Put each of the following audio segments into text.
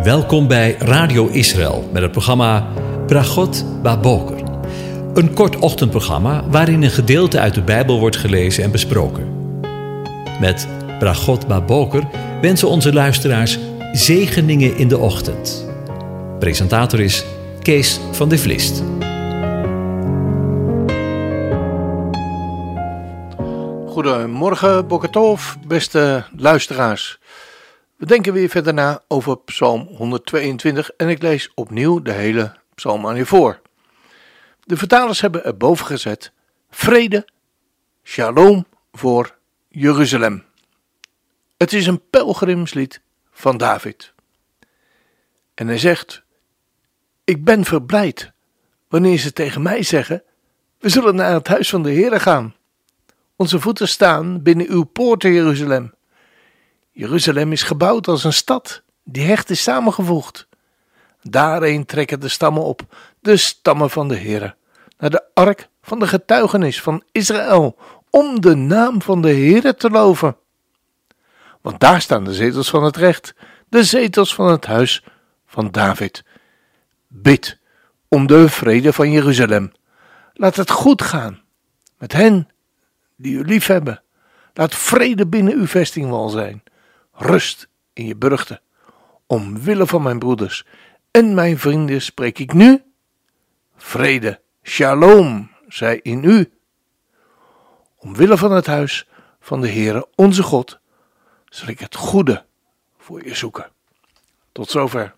Welkom bij Radio Israël met het programma Bragot Baboker. Een kort ochtendprogramma waarin een gedeelte uit de Bijbel wordt gelezen en besproken. Met Bragot Baboker wensen onze luisteraars zegeningen in de ochtend. Presentator is Kees van de Vlist. Goedemorgen, Boker Tov, beste luisteraars. We denken weer verder na over Psalm 122 en ik lees opnieuw de hele psalm aan je voor. De vertalers hebben erboven gezet: vrede, shalom voor Jeruzalem. Het is een pelgrimslied van David. En hij zegt: ik ben verblijd wanneer ze tegen mij zeggen: we zullen naar het huis van de Heere gaan. Onze voeten staan binnen uw poorten, Jeruzalem. Jeruzalem is gebouwd als een stad die hecht is samengevoegd. Daarheen trekken de stammen op, de stammen van de Heere, naar de ark van de getuigenis van Israël, om de naam van de Heere te loven. Want daar staan de zetels van het recht, de zetels van het huis van David. Bid om de vrede van Jeruzalem. Laat het goed gaan met hen die u lief hebben. Laat vrede binnen uw vestingwal zijn. Rust in je burchten. Omwille van mijn broeders en mijn vrienden spreek ik nu. Vrede, shalom, zij in u. Omwille van het huis van de Heere onze God zal ik het goede voor je zoeken. Tot zover.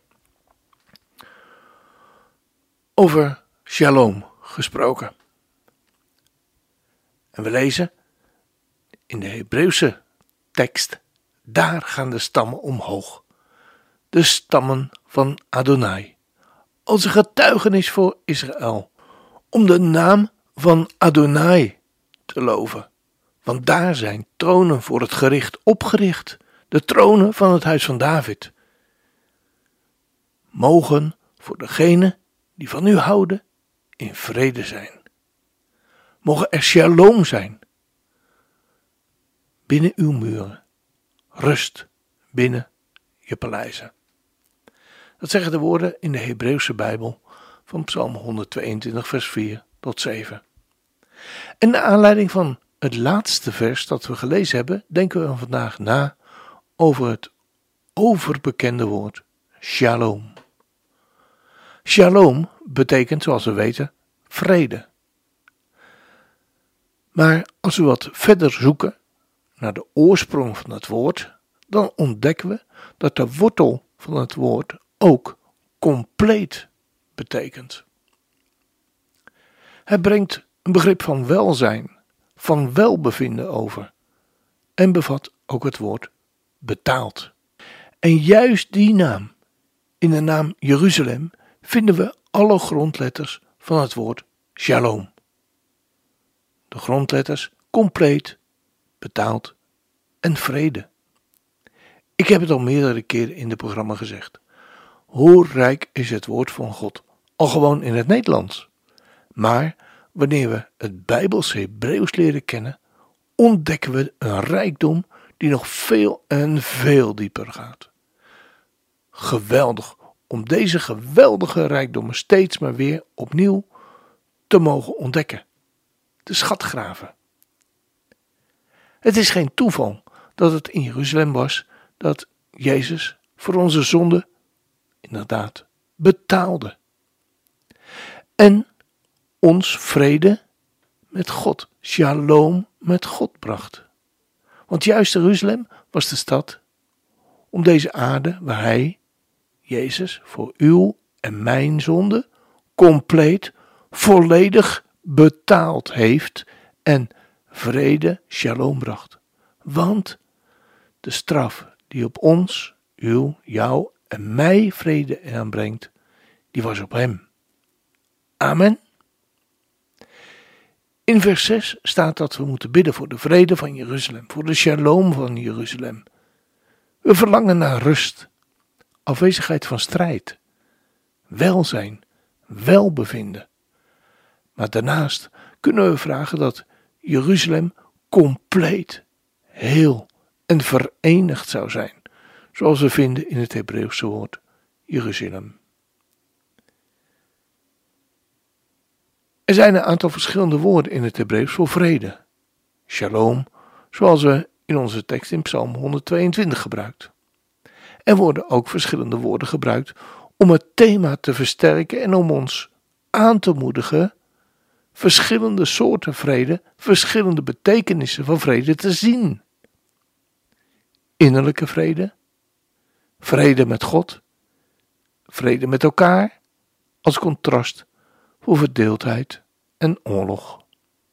Over shalom gesproken. En we lezen in de Hebreeuwse tekst: daar gaan de stammen omhoog. De stammen van Adonai. Als een getuigenis voor Israël. Om de naam van Adonai te loven. Want daar zijn tronen voor het gericht opgericht. De tronen van het huis van David. Mogen voor degenen die van u houden in vrede zijn. Mogen er shalom zijn binnen uw muren, rust binnen je paleizen. Dat zeggen de woorden in de Hebreeuwse Bijbel van Psalm 122 vers 4 tot 7. En naar aanleiding van het laatste vers dat we gelezen hebben, denken we vandaag na over het overbekende woord shalom. Shalom betekent, zoals we weten, vrede. Maar als we wat verder zoeken naar de oorsprong van het woord, dan ontdekken we dat de wortel van het woord ook compleet betekent. Het brengt een begrip van welzijn, van welbevinden over en bevat ook het woord betaald. En juist die naam, in de naam Jeruzalem, vinden we alle grondletters van het woord shalom. De grondletters compleet, betaald en vrede. Ik heb het al meerdere keren in het programma gezegd. Hoe rijk is het woord van God, al gewoon in het Nederlands. Maar wanneer we het Bijbelse Hebreeuws leren kennen, ontdekken we een rijkdom die nog veel en veel dieper gaat. Geweldig om deze geweldige rijkdommen steeds maar weer opnieuw te mogen ontdekken. De schatgraven. Het is geen toeval dat het in Jeruzalem was dat Jezus voor onze zonde inderdaad betaalde. En ons vrede met God, shalom met God bracht. Want juist Jeruzalem was de stad om deze aarde waar hij, Jezus, voor uw en mijn zonde compleet, volledig betaald heeft en vrede, shalom bracht. Want de straf die op ons, jou en mij vrede aanbrengt, die was op hem. Amen. In vers 6 staat dat we moeten bidden voor de vrede van Jeruzalem, voor de shalom van Jeruzalem. We verlangen naar rust, afwezigheid van strijd, welzijn, welbevinden. Maar daarnaast kunnen we vragen dat Jeruzalem compleet, heel en verenigd zou zijn, zoals we vinden in het Hebreeuwse woord Jeruzalem. Er zijn een aantal verschillende woorden in het Hebreeuws voor vrede. Shalom, zoals we in onze tekst in Psalm 122 gebruikt. Er worden ook verschillende woorden gebruikt om het thema te versterken en om ons aan te moedigen verschillende soorten vrede, verschillende betekenissen van vrede te zien. Innerlijke vrede, vrede met God, vrede met elkaar, als contrast voor verdeeldheid en oorlog.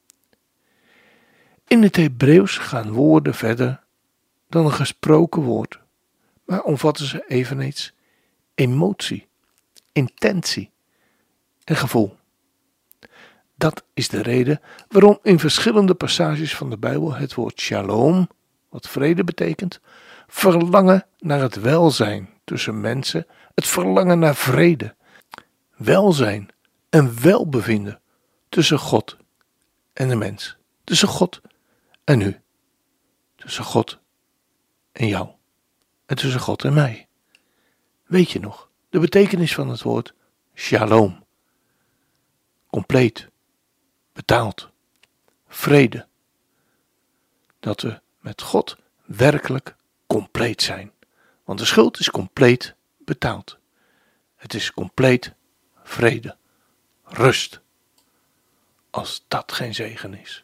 In het Hebreeuws gaan woorden verder dan een gesproken woord, maar omvatten ze eveneens emotie, intentie en gevoel. Dat is de reden waarom in verschillende passages van de Bijbel het woord shalom, wat vrede betekent, verlangen naar het welzijn tussen mensen, het verlangen naar vrede, welzijn en welbevinden tussen God en de mens, tussen God en u, tussen God en jou en tussen God en mij. Weet je nog de betekenis van het woord shalom? Compleet, betaald, vrede. Dat we met God werkelijk compleet zijn. Want de schuld is compleet betaald. Het is compleet vrede, rust. Als dat geen zegen is.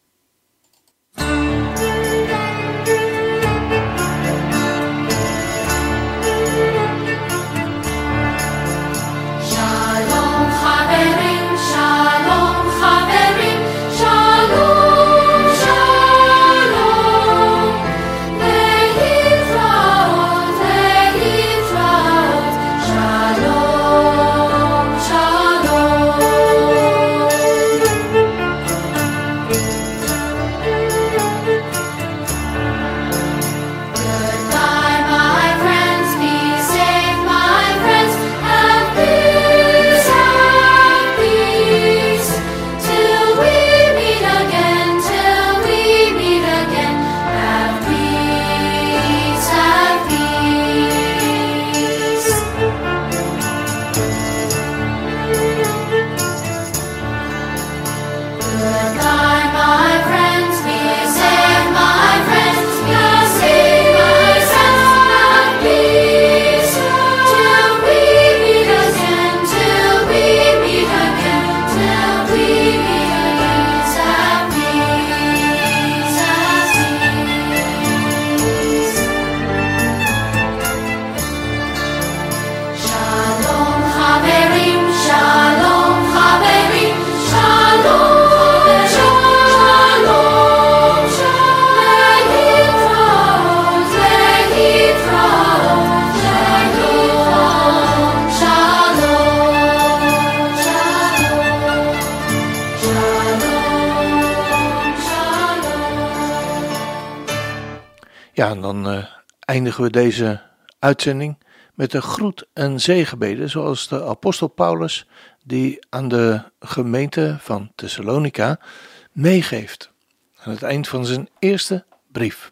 Ja, en dan eindigen we deze uitzending met een groet en zegenbeden, zoals de apostel Paulus die aan de gemeente van Thessalonica meegeeft aan het eind van zijn eerste brief.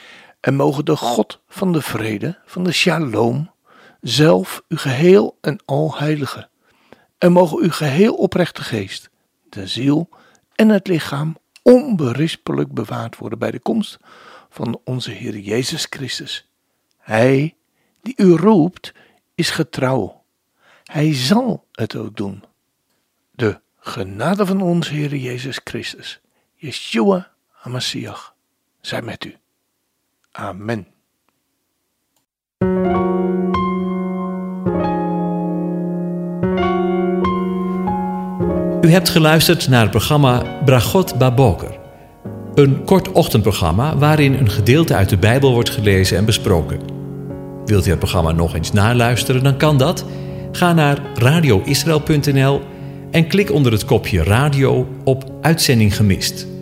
En mogen de God van de vrede, van de shalom, zelf uw geheel en al heiligen. En mogen uw geheel oprechte geest, de ziel en het lichaam onberispelijk bewaard worden bij de komst van onze Heer Jezus Christus. Hij die u roept is getrouw. Hij zal het ook doen. De genade van onze Heer Jezus Christus, Yeshua HaMashiach, zij met u. Amen. U hebt geluisterd naar het programma Bragot Baboker. Een kort ochtendprogramma waarin een gedeelte uit de Bijbel wordt gelezen en besproken. Wilt u het programma nog eens naluisteren, dan kan dat. Ga naar radioisrael.nl en klik onder het kopje radio op Uitzending gemist.